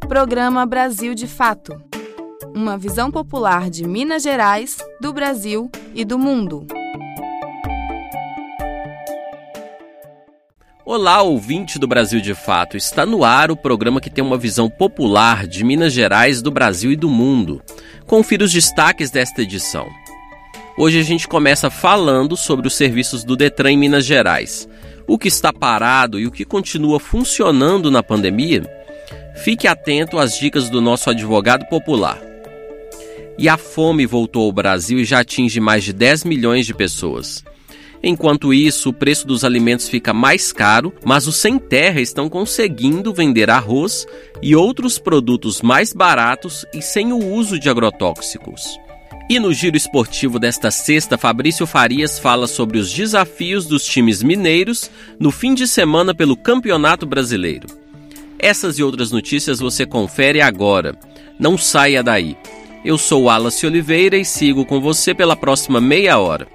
Programa Brasil de Fato. Uma visão popular de Minas Gerais, do Brasil e do mundo. Olá, ouvinte do Brasil de Fato. Está no ar o programa que tem uma visão popular de Minas Gerais, do Brasil e do mundo. Confira os destaques desta edição. Hoje a gente começa falando sobre os serviços do Detran em Minas Gerais. O que está parado e o que continua funcionando na pandemia? Fique atento às dicas do nosso advogado popular. E a fome voltou ao Brasil e já atinge mais de 10 milhões de pessoas. Enquanto isso, o preço dos alimentos fica mais caro, mas os sem terra estão conseguindo vender arroz e outros produtos mais baratos e sem o uso de agrotóxicos. E no giro esportivo desta sexta, Fabrício Farias fala sobre os desafios dos times mineiros no fim de semana pelo Campeonato Brasileiro. Essas e outras notícias você confere agora. Não saia daí. Eu sou Wallace Oliveira e sigo com você pela próxima meia hora.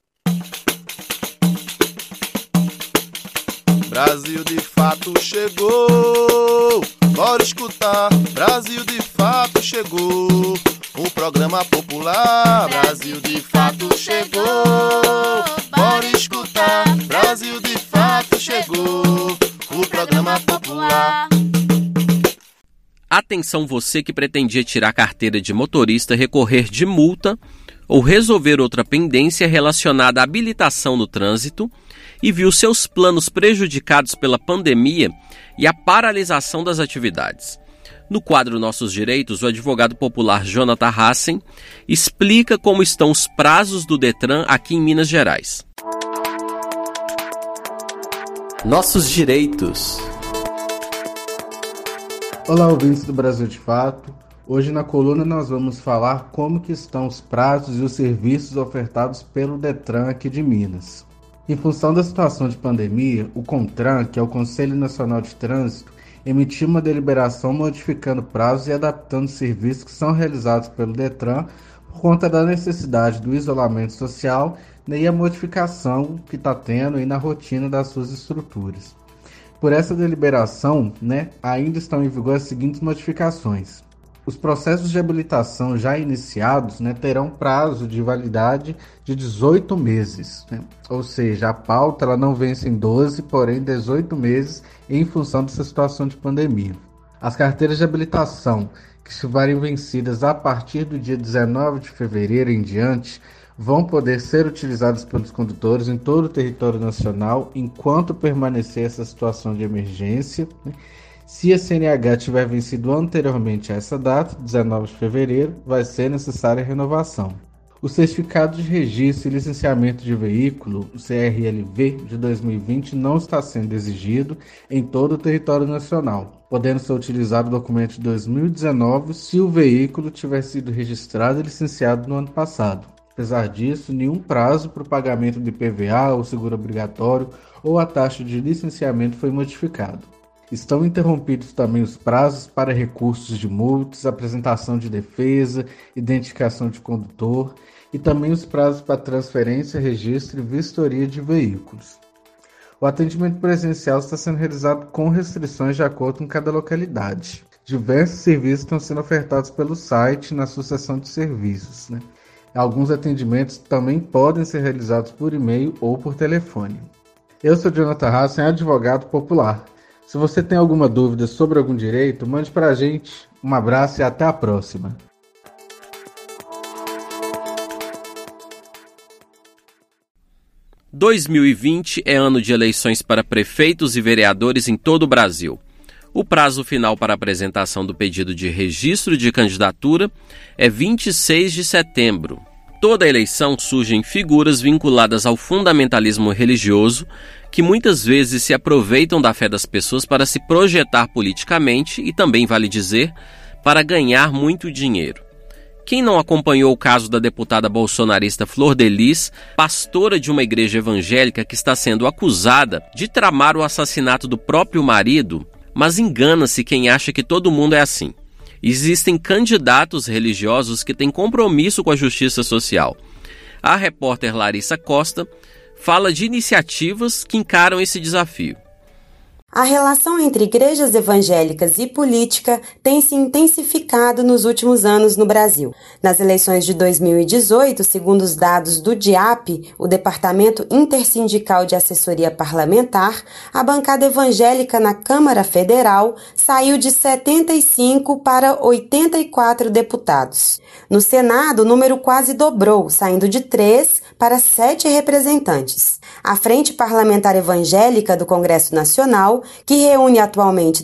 Brasil de fato chegou, bora escutar. Brasil de fato chegou, o programa popular. Brasil de fato chegou, bora escutar. Brasil de fato chegou, o programa popular. Atenção você que pretendia tirar carteira de motorista, recorrer de multa ou resolver outra pendência relacionada à habilitação no trânsito e viu seus planos prejudicados pela pandemia e a paralisação das atividades. No quadro Nossos Direitos, o advogado popular Jonathan Hassen explica como estão os prazos do Detran aqui em Minas Gerais. Nossos Direitos. Olá, ouvintes do Brasil de Fato. Hoje na coluna nós vamos falar como que estão os prazos e os serviços ofertados pelo Detran aqui de Minas. Em função da situação de pandemia, o CONTRAN, que é o Conselho Nacional de Trânsito, emitiu uma deliberação modificando prazos e adaptando os serviços que são realizados pelo Detran por conta da necessidade do isolamento social e a modificação que está tendo aí na rotina das suas estruturas. Por essa deliberação, ainda estão em vigor as seguintes modificações. Os processos de habilitação já iniciados terão prazo de validade de 18 meses. Ou seja, a pauta ela não vence em 12, porém 18 meses em função dessa situação de pandemia. As carteiras de habilitação que estiverem vencidas a partir do dia 19 de fevereiro em diante vão poder ser utilizadas pelos condutores em todo o território nacional enquanto permanecer essa situação de emergência. Se a CNH tiver vencido anteriormente a essa data, 19 de fevereiro, vai ser necessária a renovação. O Certificado de Registro e Licenciamento de Veículo, o CRLV, de 2020, não está sendo exigido em todo o território nacional, podendo ser utilizado o documento de 2019 se o veículo tiver sido registrado e licenciado no ano passado. Apesar disso, nenhum prazo para o pagamento de IPVA, ou seguro obrigatório, ou a taxa de licenciamento foi modificado. Estão interrompidos também os prazos para recursos de multas, apresentação de defesa, identificação de condutor e também os prazos para transferência, registro e vistoria de veículos. O atendimento presencial está sendo realizado com restrições de acordo com cada localidade. Diversos serviços estão sendo ofertados pelo site na sua seção de serviços. Alguns atendimentos também podem ser realizados por e-mail ou por telefone. Eu sou Jonathan Hassen, advogado popular. Se você tem alguma dúvida sobre algum direito, mande para a gente. Um abraço e até a próxima. – 2020 é ano de eleições para prefeitos e vereadores em todo o Brasil. O prazo final para apresentação do pedido de registro de candidatura é 26 de setembro. Toda eleição surgem figuras vinculadas ao fundamentalismo religioso que muitas vezes se aproveitam da fé das pessoas para se projetar politicamente e também, vale dizer, para ganhar muito dinheiro. Quem não acompanhou o caso da deputada bolsonarista Flor de Lis, pastora de uma igreja evangélica que está sendo acusada de tramar o assassinato do próprio marido, mas engana-se quem acha que todo mundo é assim. Existem candidatos religiosos que têm compromisso com a justiça social. A repórter Larissa Costa fala de iniciativas que encaram esse desafio. A relação entre igrejas evangélicas e política tem se intensificado nos últimos anos no Brasil. Nas eleições de 2018, segundo os dados do DIAP, o Departamento Intersindical de Assessoria Parlamentar, a bancada evangélica na Câmara Federal saiu de 75 para 84 deputados. No Senado, o número quase dobrou, saindo de 3 para 7 representantes. A Frente Parlamentar Evangélica do Congresso Nacional, que reúne atualmente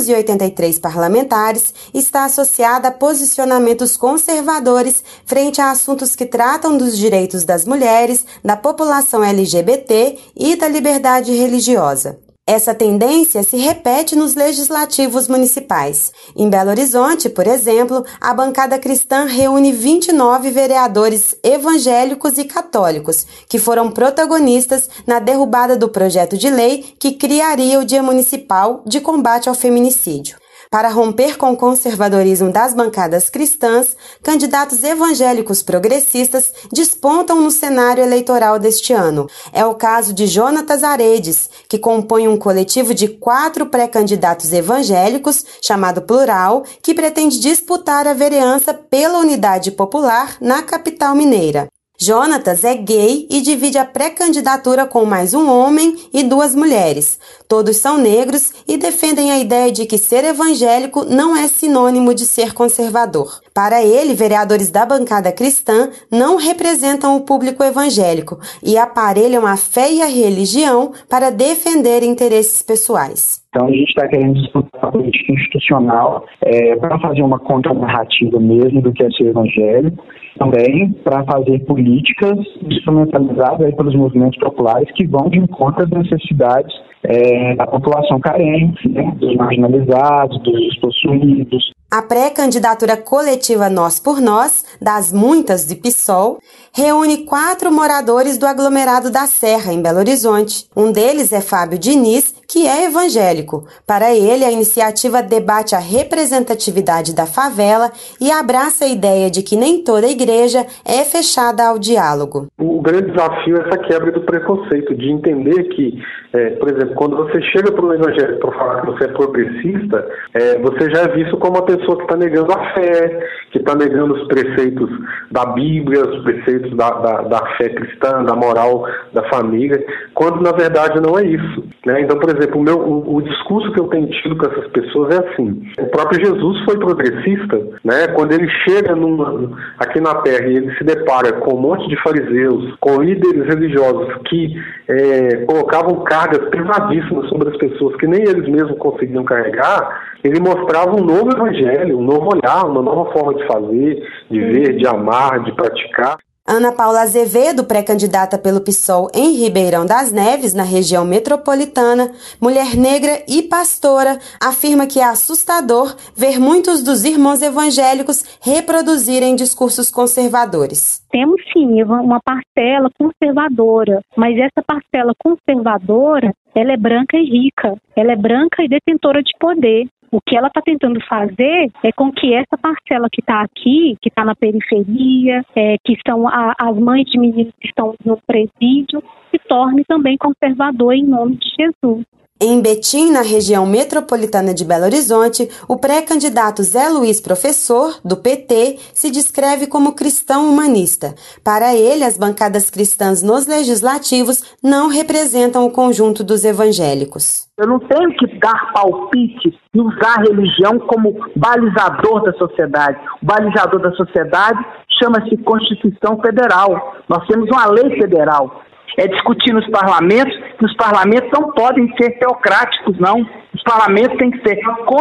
283 parlamentares, está associada a posicionamentos conservadores frente a assuntos que tratam dos direitos das mulheres, da população LGBT e da liberdade religiosa. Essa tendência se repete nos legislativos municipais. Em Belo Horizonte, por exemplo, a bancada cristã reúne 29 vereadores evangélicos e católicos, que foram protagonistas na derrubada do projeto de lei que criaria o Dia Municipal de Combate ao Feminicídio. Para romper com o conservadorismo das bancadas cristãs, candidatos evangélicos progressistas despontam no cenário eleitoral deste ano. É o caso de Jonatas Aredes, que compõe um coletivo de 4 pré-candidatos evangélicos, chamado Plural, que pretende disputar a vereança pela Unidade Popular na capital mineira. Jonatas é gay e divide a pré-candidatura com mais um homem e 2 mulheres. Todos são negros e defendem a ideia de que ser evangélico não é sinônimo de ser conservador. Para ele, vereadores da bancada cristã não representam o público evangélico e aparelham a fé e a religião para defender interesses pessoais. Então a gente está querendo disputar a política institucional para fazer uma contranarrativa mesmo do que é ser evangélico, também para fazer políticas instrumentalizadas pelos movimentos populares que vão de encontro às necessidades da população carente, né, dos marginalizados, dos despossuídos. A pré-candidatura coletiva Nós por Nós, das muitas de PSOL, reúne 4 moradores do aglomerado da Serra, em Belo Horizonte. Um deles é Fábio Diniz, que é evangélico. Para ele, a iniciativa debate a representatividade da favela e abraça a ideia de que nem toda igreja é fechada ao diálogo. O grande desafio é essa quebra do preconceito, de entender que, por exemplo, quando você chega para um evangélico para falar que você é progressista, você já é visto como uma pessoa que está negando a fé, que está negando os preceitos da Bíblia, os preceitos da fé cristã, da moral da família, quando na verdade não é isso, né? Então, por exemplo, o discurso que eu tenho tido com essas pessoas é assim: o próprio Jesus foi progressista, né? Quando ele chega aqui na Terra e ele se depara com um monte de fariseus, com líderes religiosos que colocavam cargas pesadíssimas sobre as pessoas que nem eles mesmos conseguiam carregar, ele mostrava um novo evangelho, um novo olhar, uma nova forma de fazer, de ver, de amar, de praticar. Ana Paula Azevedo, pré-candidata pelo PSOL em Ribeirão das Neves, na região metropolitana, mulher negra e pastora, afirma que é assustador ver muitos dos irmãos evangélicos reproduzirem discursos conservadores. Temos sim uma parcela conservadora, mas essa parcela conservadora, ela é branca e rica, ela é branca e detentora de poder. O que ela está tentando fazer é com que essa parcela que está aqui, que está na periferia, que são as mães de meninos que estão no presídio, se torne também conservador em nome de Jesus. Em Betim, na região metropolitana de Belo Horizonte, o pré-candidato Zé Luiz Professor, do PT, se descreve como cristão humanista. Para ele, as bancadas cristãs nos legislativos não representam o conjunto dos evangélicos. Eu não tenho que dar palpite e usar a religião como balizador da sociedade. O balizador da sociedade chama-se Constituição Federal. Nós temos uma lei federal. É discutir nos parlamentos, que os parlamentos não podem ser teocráticos, não. Os parlamentos têm que ser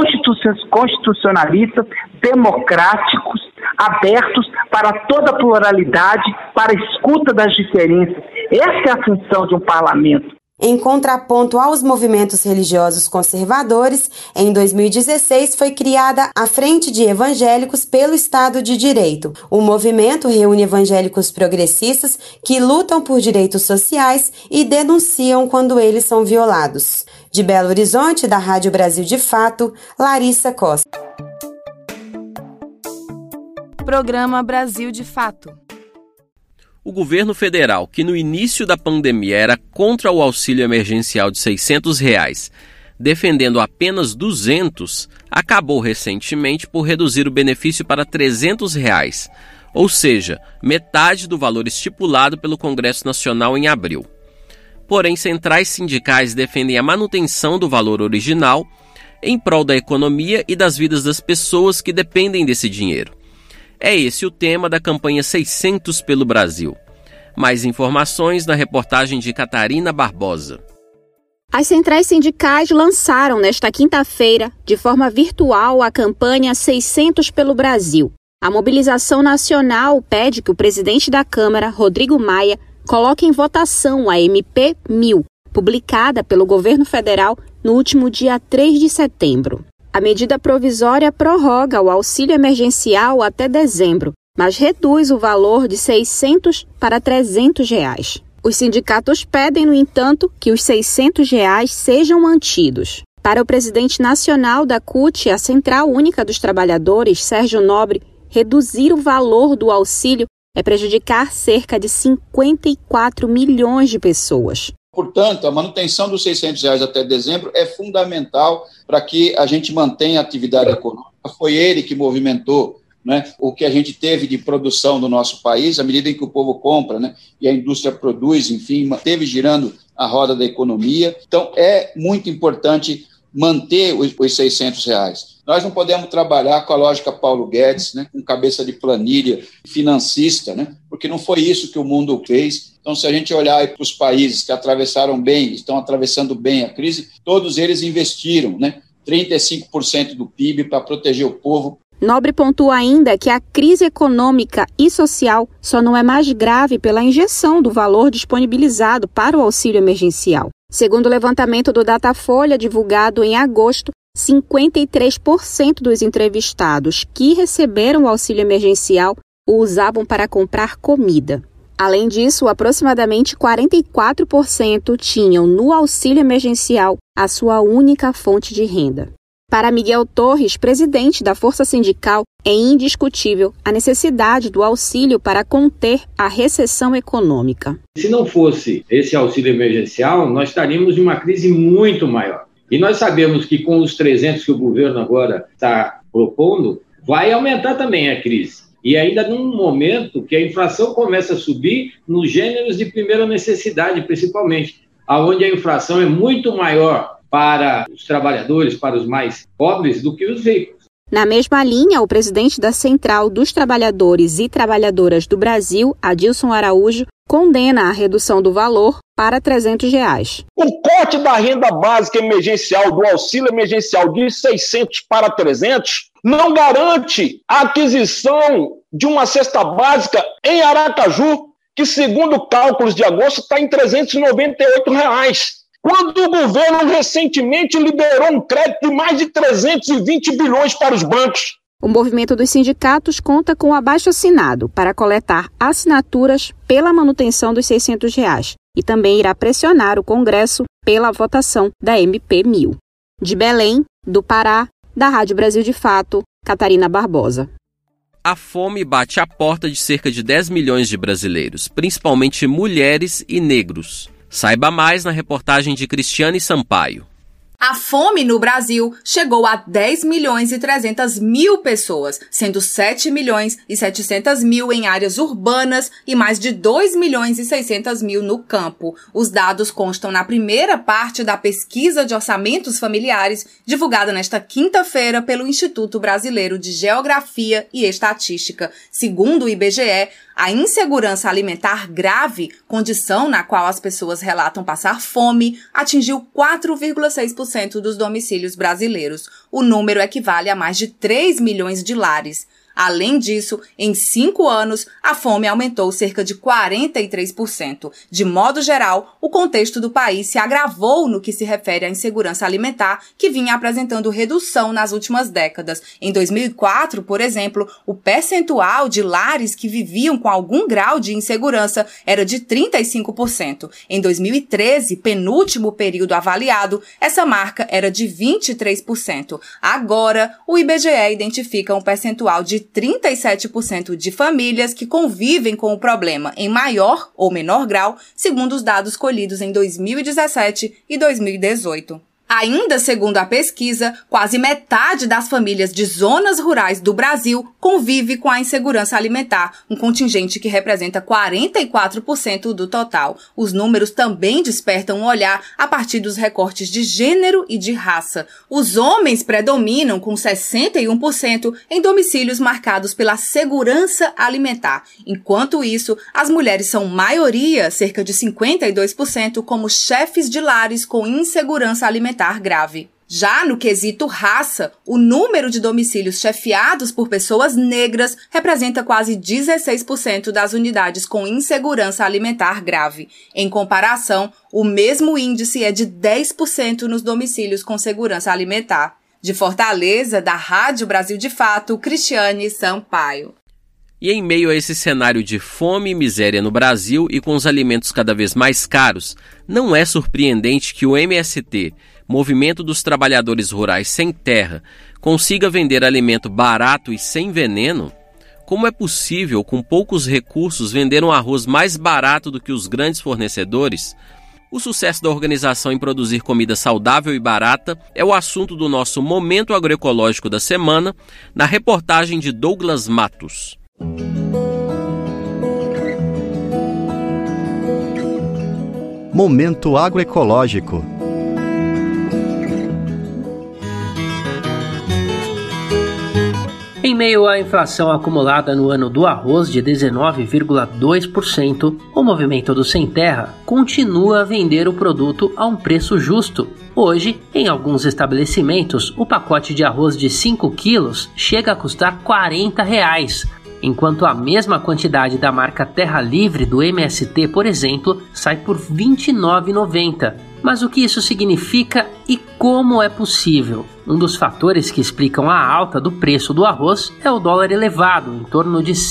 constitucionalistas, democráticos, abertos para toda a pluralidade, para a escuta das diferenças. Essa é a função de um parlamento. Em contraponto aos movimentos religiosos conservadores, em 2016 foi criada a Frente de Evangélicos pelo Estado de Direito. O movimento reúne evangélicos progressistas que lutam por direitos sociais e denunciam quando eles são violados. De Belo Horizonte, da Rádio Brasil de Fato, Larissa Costa. Programa Brasil de Fato. O governo federal, que no início da pandemia era contra o auxílio emergencial de R$ 600, defendendo apenas 200, acabou recentemente por reduzir o benefício para R$ 300, ou seja, metade do valor estipulado pelo Congresso Nacional em abril. Porém, centrais sindicais defendem a manutenção do valor original em prol da economia e das vidas das pessoas que dependem desse dinheiro. É esse o tema da campanha 600 pelo Brasil. Mais informações na reportagem de Catarina Barbosa. As centrais sindicais lançaram nesta quinta-feira, de forma virtual, a campanha 600 pelo Brasil. A mobilização nacional pede que o presidente da Câmara, Rodrigo Maia, coloque em votação a MP 1000, publicada pelo governo federal no último dia 3 de setembro. A medida provisória prorroga o auxílio emergencial até dezembro, mas reduz o valor de R$ 600 para R$ 300. Os sindicatos pedem, no entanto, que os R$ 600 sejam mantidos. Para o presidente nacional da CUT, a Central Única dos Trabalhadores, Sérgio Nobre, reduzir o valor do auxílio é prejudicar cerca de 54 milhões de pessoas. Portanto, a manutenção dos R$ 600 até dezembro é fundamental para que a gente mantenha a atividade econômica. Foi ele que movimentou, né, o que a gente teve de produção do nosso país, à medida em que o povo compra, né, e a indústria produz, enfim, manteve girando a roda da economia. Então, é muito importante manter os R$ 600. Nós não podemos trabalhar com a lógica Paulo Guedes, né, com cabeça de planilha financista, né, porque não foi isso que o mundo fez. Então, se a gente olhar para os países que atravessaram bem, estão atravessando bem a crise, todos eles investiram, né, 35% do PIB para proteger o povo. Nobre pontua ainda que a crise econômica e social só não é mais grave pela injeção do valor disponibilizado para o auxílio emergencial. Segundo o levantamento do Datafolha, divulgado em agosto, 53% dos entrevistados que receberam o auxílio emergencial o usavam para comprar comida. Além disso, aproximadamente 44% tinham no auxílio emergencial a sua única fonte de renda. Para Miguel Torres, presidente da Força Sindical, é indiscutível a necessidade do auxílio para conter a recessão econômica. Se não fosse esse auxílio emergencial, nós estaríamos em uma crise muito maior. E nós sabemos que com os 300 que o governo agora está propondo, vai aumentar também a crise. E ainda num momento que a inflação começa a subir nos gêneros de primeira necessidade, principalmente, onde a inflação é muito maior para os trabalhadores, para os mais pobres, do que os ricos. Na mesma linha, o presidente da Central dos Trabalhadores e Trabalhadoras do Brasil, Adilson Araújo, condena a redução do valor para R$ 300. O corte da renda básica emergencial, do auxílio emergencial de 600 para 300, não garante a aquisição de uma cesta básica em Aracaju, que, segundo cálculos de agosto, está em R$ 398. Quando o governo recentemente liberou um crédito de mais de 320 bilhões para os bancos. O movimento dos sindicatos conta com o abaixo-assinado para coletar assinaturas pela manutenção dos R$ 600 e também irá pressionar o Congresso pela votação da MP 1000. De Belém, do Pará, da Rádio Brasil de Fato, Catarina Barbosa. A fome bate à porta de cerca de 10 milhões de brasileiros, principalmente mulheres e negros. Saiba mais na reportagem de Cristiane Sampaio. A fome no Brasil chegou a 10 milhões e 300 mil pessoas, sendo 7 milhões e 700 mil em áreas urbanas e mais de 2 milhões e 600 mil no campo. Os dados constam na primeira parte da pesquisa de orçamentos familiares, divulgada nesta quinta-feira pelo Instituto Brasileiro de Geografia e Estatística. Segundo o IBGE, a insegurança alimentar grave, condição na qual as pessoas relatam passar fome, atingiu 4,6% dos domicílios brasileiros. O número equivale a mais de 3 milhões de lares. Além disso, em 5 anos, a fome aumentou cerca de 43%. De modo geral, o contexto do país se agravou no que se refere à insegurança alimentar, que vinha apresentando redução nas últimas décadas. Em 2004, por exemplo, o percentual de lares que viviam com algum grau de insegurança era de 35%. Em 2013, penúltimo período avaliado, essa marca era de 23%. Agora, o IBGE identifica um percentual de 37% de famílias que convivem com o problema em maior ou menor grau, segundo os dados colhidos em 2017 e 2018. Ainda segundo a pesquisa, quase metade das famílias de zonas rurais do Brasil convive com a insegurança alimentar, um contingente que representa 44% do total. Os números também despertam um olhar a partir dos recortes de gênero e de raça. Os homens predominam com 61% em domicílios marcados pela segurança alimentar. Enquanto isso, as mulheres são maioria, cerca de 52%, como chefes de lares com insegurança alimentar grave. Já no quesito raça, o número de domicílios chefiados por pessoas negras representa quase 16% das unidades com insegurança alimentar grave. Em comparação, o mesmo índice é de 10% nos domicílios com segurança alimentar. De Fortaleza, da Rádio Brasil de Fato, Cristiane Sampaio. E em meio a esse cenário de fome e miséria no Brasil e com os alimentos cada vez mais caros, não é surpreendente que o MST, Movimento dos Trabalhadores Rurais Sem Terra, consiga vender alimento barato e sem veneno? Como é possível, com poucos recursos, vender um arroz mais barato do que os grandes fornecedores? O sucesso da organização em produzir comida saudável e barata é o assunto do nosso Momento Agroecológico da semana, na reportagem de Douglas Matos. Momento Agroecológico. Em meio à inflação acumulada no ano do arroz de 19,2%, o movimento do Sem Terra continua a vender o produto a um preço justo. Hoje, em alguns estabelecimentos, o pacote de arroz de 5 quilos chega a custar R$ 40, enquanto a mesma quantidade da marca Terra Livre do MST, por exemplo, sai por R$ 29,90. Mas o que isso significa e como é possível? Um dos fatores que explicam a alta do preço do arroz é o dólar elevado, em torno de R$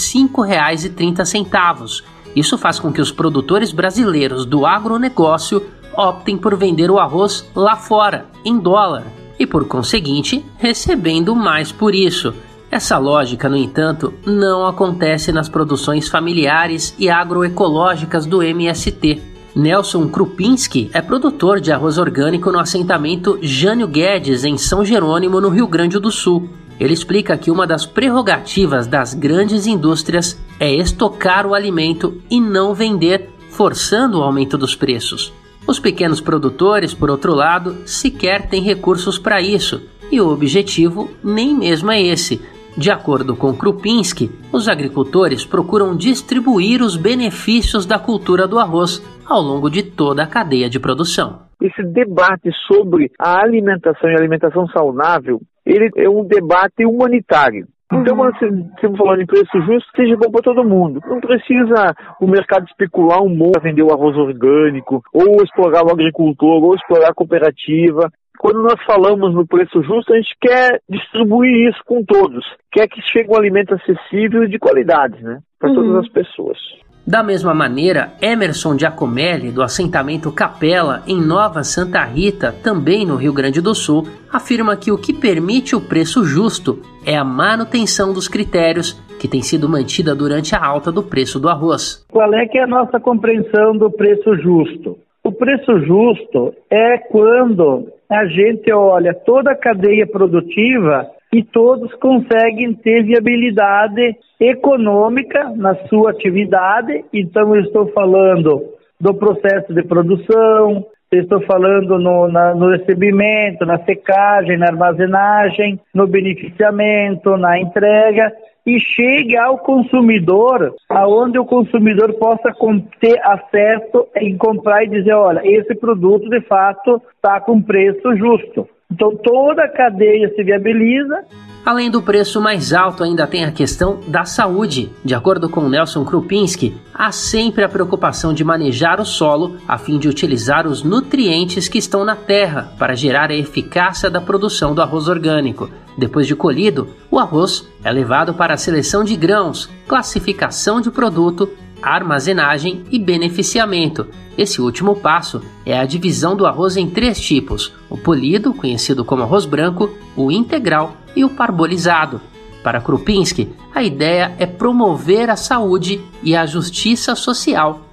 5,30. Isso faz com que os produtores brasileiros do agronegócio optem por vender o arroz lá fora, em dólar, e por conseguinte, recebendo mais por isso. Essa lógica, no entanto, não acontece nas produções familiares e agroecológicas do MST. Nelson Krupinski é produtor de arroz orgânico no assentamento Jânio Guedes, em São Jerônimo, no Rio Grande do Sul. Ele explica que uma das prerrogativas das grandes indústrias é estocar o alimento e não vender, forçando o aumento dos preços. Os pequenos produtores, por outro lado, sequer têm recursos para isso, e o objetivo nem mesmo é esse. De acordo com Krupinski, os agricultores procuram distribuir os benefícios da cultura do arroz ao longo de toda a cadeia de produção. Esse debate sobre a alimentação e a alimentação saudável, ele é um debate humanitário. Então, quando estamos falando em preço justo, seja bom para todo mundo. Não precisa o mercado especular um monte para vender o arroz orgânico, ou explorar o agricultor, ou explorar a cooperativa. Quando nós falamos no preço justo, a gente quer distribuir isso com todos. Quer que chegue um alimento acessível e de qualidade, né, para todas as pessoas. Da mesma maneira, Emerson Giacomelli, do assentamento Capela, em Nova Santa Rita, também no Rio Grande do Sul, afirma que o que permite o preço justo é a manutenção dos critérios que tem sido mantida durante a alta do preço do arroz. Qual é que é a nossa compreensão do preço justo? O preço justo é quando a gente olha toda a cadeia produtiva e todos conseguem ter viabilidade econômica na sua atividade. Então, eu estou falando do processo de produção, eu estou falando no recebimento, na secagem, na armazenagem, no beneficiamento, na entrega, e chegue ao consumidor, aonde o consumidor possa ter acesso em comprar e dizer, olha, esse produto de fato está com preço justo. Então toda a cadeia se viabiliza. Além do preço mais alto, ainda tem a questão da saúde. De acordo com Nelson Krupinski, há sempre a preocupação de manejar o solo a fim de utilizar os nutrientes que estão na terra para gerar a eficácia da produção do arroz orgânico. Depois de colhido, o arroz é levado para a seleção de grãos, classificação de produto, armazenagem e beneficiamento. Esse último passo é a divisão do arroz em 3 tipos: o polido, conhecido como arroz branco, o integral e o parbolizado. Para Krupinski, a ideia é promover a saúde e a justiça social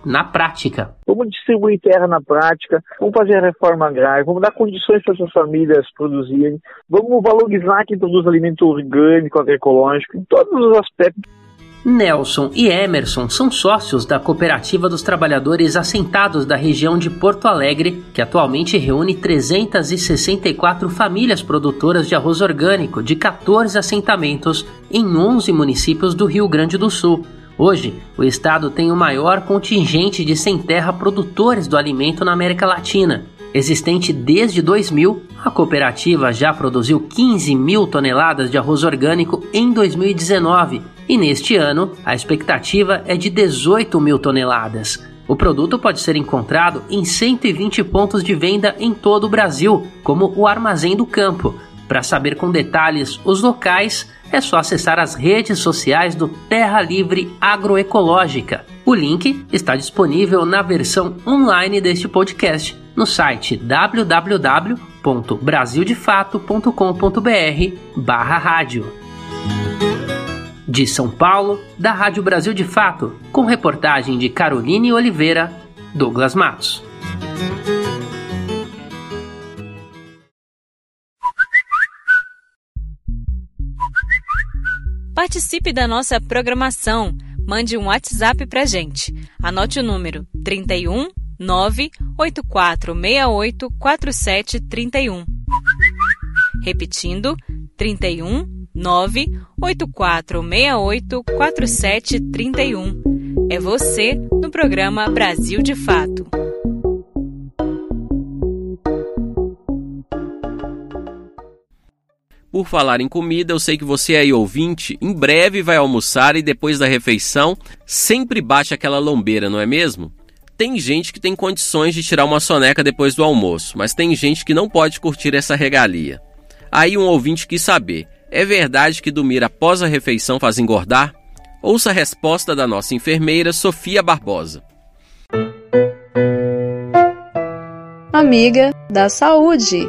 na prática. Vamos distribuir terra na prática, vamos fazer a reforma agrária, vamos dar condições para essas famílias produzirem, vamos valorizar quem produz alimento orgânico, agroecológico, em todos os aspectos. Nelson e Emerson são sócios da Cooperativa dos Trabalhadores Assentados da região de Porto Alegre, que atualmente reúne 364 famílias produtoras de arroz orgânico de 14 assentamentos em 11 municípios do Rio Grande do Sul. Hoje, o estado tem o maior contingente de sem-terra produtores do alimento na América Latina. Existente desde 2000, a cooperativa já produziu 15 mil toneladas de arroz orgânico em 2019 e neste ano a expectativa é de 18 mil toneladas. O produto pode ser encontrado em 120 pontos de venda em todo o Brasil, como o Armazém do Campo. Para saber com detalhes os locais, é só acessar as redes sociais do Terra Livre Agroecológica. O link está disponível na versão online deste podcast no site www.brasildefato.com.br/rádio. De São Paulo, da Rádio Brasil de Fato, com reportagem de Caroline Oliveira, Douglas Matos. Participe da nossa programação. Mande um WhatsApp pra gente. Anote o número 31 98468 4731. Repetindo, 31 98468 4731. É você no programa Brasil de Fato. Por falar em comida, eu sei que você aí, ouvinte, em breve vai almoçar e depois da refeição sempre bate aquela lombeira, não é mesmo? Tem gente que tem condições de tirar uma soneca depois do almoço, mas tem gente que não pode curtir essa regalia. Aí um ouvinte quis saber, é verdade que dormir após a refeição faz engordar? Ouça a resposta da nossa enfermeira Sofia Barbosa. Amiga da saúde.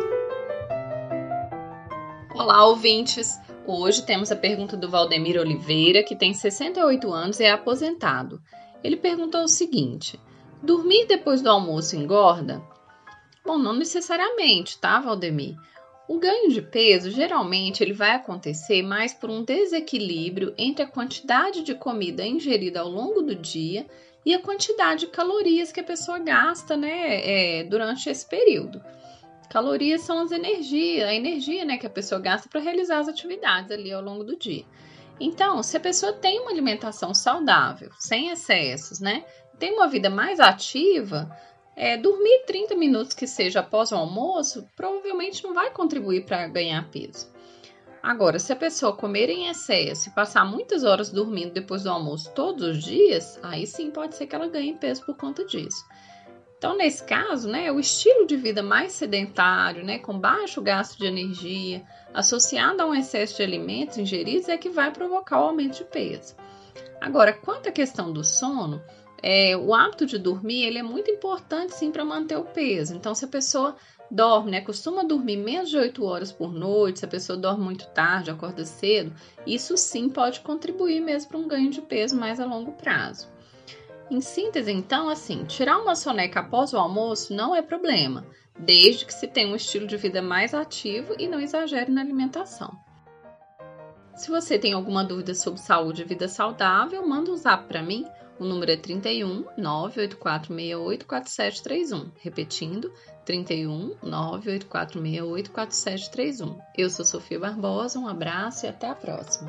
Olá, ouvintes! Hoje temos a pergunta do Valdemir Oliveira, que tem 68 anos e é aposentado. Ele perguntou o seguinte: dormir depois do almoço engorda? Bom, não necessariamente, tá, Valdemir? O ganho de peso, geralmente, ele vai acontecer mais por um desequilíbrio entre a quantidade de comida ingerida ao longo do dia e a quantidade de calorias que a pessoa gasta, durante esse período. Calorias são a energia, que a pessoa gasta para realizar as atividades ali ao longo do dia. Então, se a pessoa tem uma alimentação saudável, sem excessos, tem uma vida mais ativa, dormir 30 minutos que seja após o almoço, provavelmente não vai contribuir para ganhar peso. Agora, se a pessoa comer em excesso e passar muitas horas dormindo depois do almoço todos os dias, aí sim pode ser que ela ganhe peso por conta disso. Então, nesse caso, o estilo de vida mais sedentário, com baixo gasto de energia, associado a um excesso de alimentos ingeridos, é que vai provocar o aumento de peso. Agora, quanto à questão do sono, o hábito de dormir ele é muito importante, sim, para manter o peso. Então, se a pessoa dorme, costuma dormir menos de 8 horas por noite, se a pessoa dorme muito tarde, acorda cedo, isso sim pode contribuir mesmo para um ganho de peso mais a longo prazo. Em síntese, então, tirar uma soneca após o almoço não é problema, desde que se tenha um estilo de vida mais ativo e não exagere na alimentação. Se você tem alguma dúvida sobre saúde e vida saudável, manda um zap para mim. O número é 31 98468 4731. Repetindo, 31 98468 4731. Eu sou Sofia Barbosa, um abraço e até a próxima.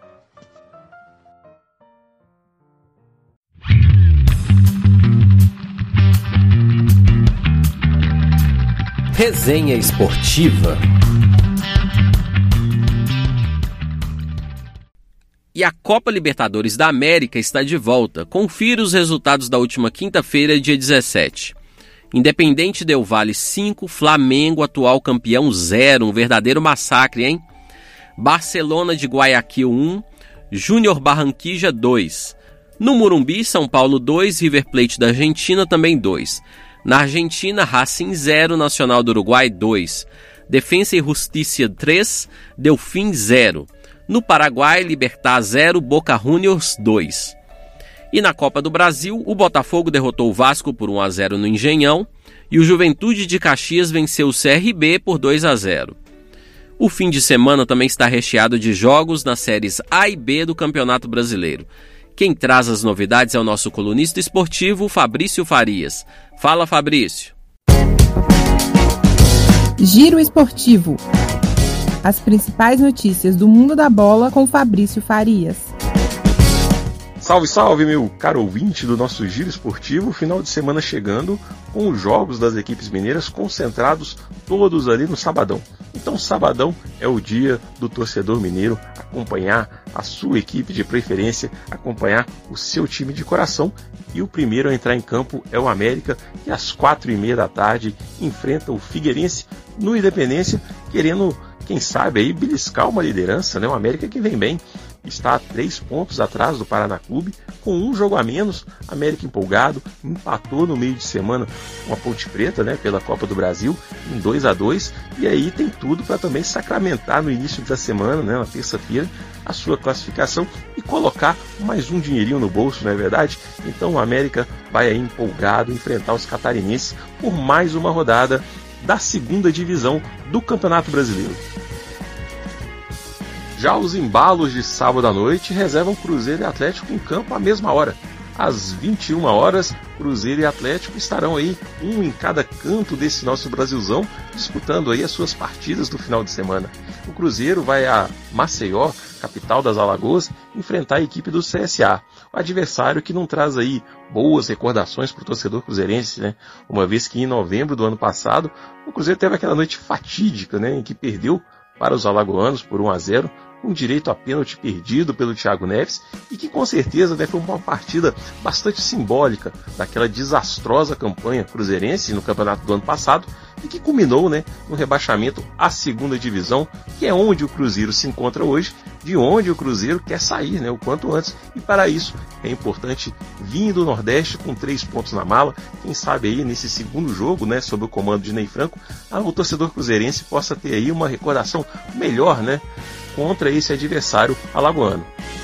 Resenha Esportiva. E a Copa Libertadores da América está de volta. Confira os resultados da última quinta-feira, dia 17. Independente Del Valle 5, Flamengo atual campeão 0, um verdadeiro massacre, hein? Barcelona de Guayaquil 1, Júnior Barranquilla 2. No Morumbi, São Paulo 2, River Plate da Argentina também 2. Na Argentina, Racing 0, Nacional do Uruguai 2. Defensa e Justicia 3, Delfim 0. No Paraguai, Libertad 0, Boca Juniors 2. E na Copa do Brasil, o Botafogo derrotou o Vasco por 1-0 no Engenhão e o Juventude de Caxias venceu o CRB por 2-0. O fim de semana também está recheado de jogos nas séries A e B do Campeonato Brasileiro. Quem traz as novidades é o nosso colunista esportivo, Fabrício Farias. Fala, Fabrício. Giro Esportivo. As principais notícias do mundo da bola com Fabrício Farias. Salve, salve, meu caro ouvinte do nosso Giro Esportivo. Final de semana chegando com os jogos das equipes mineiras concentrados todos ali no sabadão. Então, sabadão é o dia do torcedor mineiro acompanhar a sua equipe de preferência, acompanhar o seu time de coração. E o primeiro a entrar em campo é o América, que às 4h30 da tarde enfrenta o Figueirense no Independência, querendo, quem sabe, aí beliscar uma liderança, né? O América que vem bem. Está a 3 pontos atrás do Paraná Clube, com um jogo a menos. América empolgado, empatou no meio de semana com a Ponte Preta, né, pela Copa do Brasil, em 2-2, e aí tem tudo para também sacramentar no início da semana, né, na terça-feira, a sua classificação e colocar mais um dinheirinho no bolso, não é verdade? Então o América vai aí empolgado enfrentar os catarinenses por mais uma rodada da segunda divisão do Campeonato Brasileiro. Já os embalos de sábado à noite reservam Cruzeiro e Atlético em campo à mesma hora. Às 21 horas, Cruzeiro e Atlético estarão aí, um em cada canto desse nosso Brasilzão, disputando aí as suas partidas do final de semana. O Cruzeiro vai a Maceió, capital das Alagoas, enfrentar a equipe do CSA, o adversário que não traz aí boas recordações para o torcedor cruzeirense, né? Uma vez que em novembro do ano passado, o Cruzeiro teve aquela noite fatídica, né, em que perdeu para os alagoanos por 1-0, com direito a pênalti perdido pelo Thiago Neves, e que com certeza, né, foi uma partida bastante simbólica daquela desastrosa campanha cruzeirense no campeonato do ano passado, e que culminou, né, no rebaixamento à segunda divisão, que é onde o Cruzeiro se encontra hoje, de onde o Cruzeiro quer sair, né, o quanto antes, e para isso é importante vir do Nordeste com 3 pontos na mala. Quem sabe aí nesse segundo jogo, né, sob o comando de Ney Franco, o torcedor cruzeirense possa ter aí uma recordação melhor, né, contra esse adversário alagoano.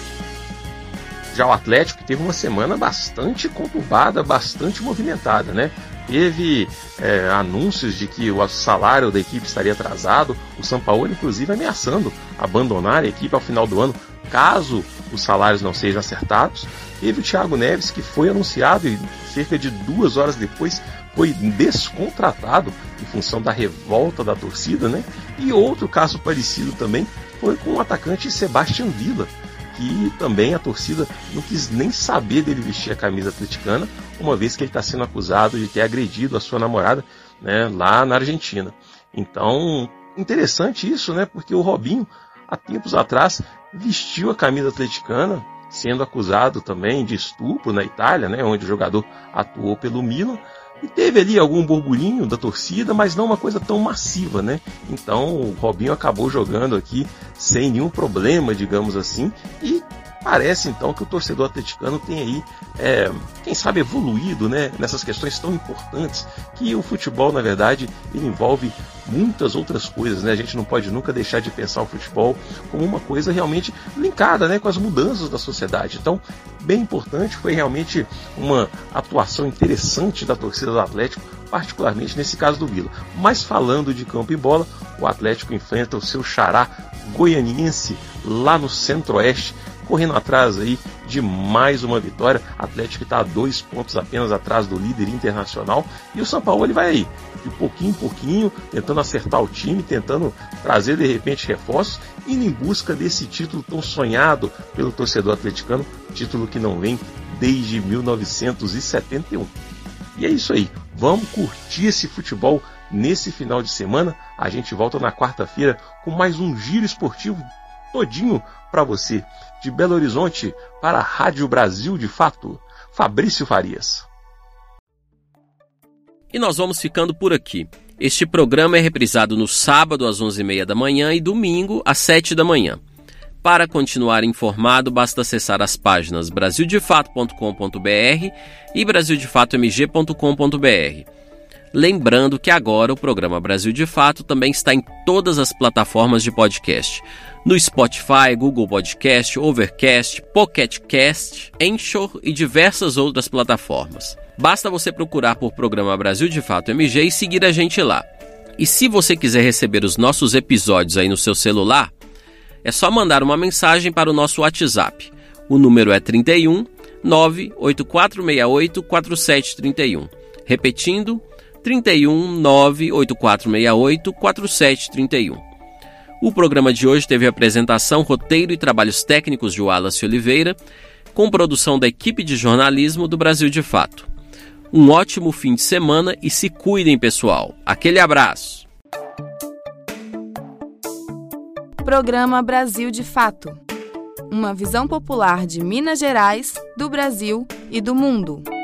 Já o Atlético teve uma semana bastante conturbada, bastante movimentada, né? Teve anúncios de que o salário da equipe estaria atrasado, o Sampaoli inclusive ameaçando abandonar a equipe ao final do ano, caso os salários não sejam acertados. Teve o Thiago Neves, que foi anunciado e cerca de 2 horas depois foi descontratado em função da revolta da torcida, né? E outro caso parecido também foi com o atacante Sebastião Villa, que também a torcida não quis nem saber dele vestir a camisa atleticana, uma vez que ele está sendo acusado de ter agredido a sua namorada, né, lá na Argentina. Então, interessante isso, né, porque o Robinho, há tempos atrás, vestiu a camisa atleticana, sendo acusado também de estupro na Itália, né, onde o jogador atuou pelo Milan, e teve ali algum burburinho da torcida, mas não uma coisa tão massiva, né? Então o Robinho acabou jogando aqui sem nenhum problema, digamos assim, e parece então que o torcedor atleticano tem aí, quem sabe, evoluído, né, nessas questões tão importantes, que o futebol, na verdade, ele envolve muitas outras coisas, né? A gente não pode nunca deixar de pensar o futebol como uma coisa realmente linkada, né, com as mudanças da sociedade. Então, bem importante, foi realmente uma atuação interessante da torcida do Atlético, particularmente nesse caso do Vila. Mas falando de campo e bola, o Atlético enfrenta o seu xará goianiense lá no Centro-Oeste, correndo atrás aí de mais uma vitória. Atlético está a 2 pontos apenas atrás do líder Internacional, e o Sampaoli vai aí, de pouquinho em pouquinho, tentando acertar o time, tentando trazer de repente reforços, indo em busca desse título tão sonhado pelo torcedor atleticano, título que não vem desde 1971. E é isso aí, vamos curtir esse futebol nesse final de semana. A gente volta na quarta-feira com mais um Giro Esportivo todinho para você. De Belo Horizonte para a Rádio Brasil de Fato, Fabrício Farias. E nós vamos ficando por aqui. Este programa é reprisado no sábado às 11h30 da manhã e domingo às 7 da manhã. Para continuar informado, basta acessar as páginas brasildefato.com.br e brasildefatomg.com.br. Lembrando que agora o programa Brasil de Fato também está em todas as plataformas de podcast. No Spotify, Google Podcast, Overcast, Pocket Cast, Anchor e diversas outras plataformas. Basta você procurar por Programa Brasil de Fato MG e seguir a gente lá. E se você quiser receber os nossos episódios aí no seu celular, é só mandar uma mensagem para o nosso WhatsApp. O número é 31 98468 4731. Repetindo, 31 98468 4731. O programa de hoje teve apresentação, roteiro e trabalhos técnicos de Wallace Oliveira, com produção da equipe de jornalismo do Brasil de Fato. Um ótimo fim de semana e se cuidem, pessoal. Aquele abraço. Programa Brasil de Fato. Uma visão popular de Minas Gerais, do Brasil e do mundo.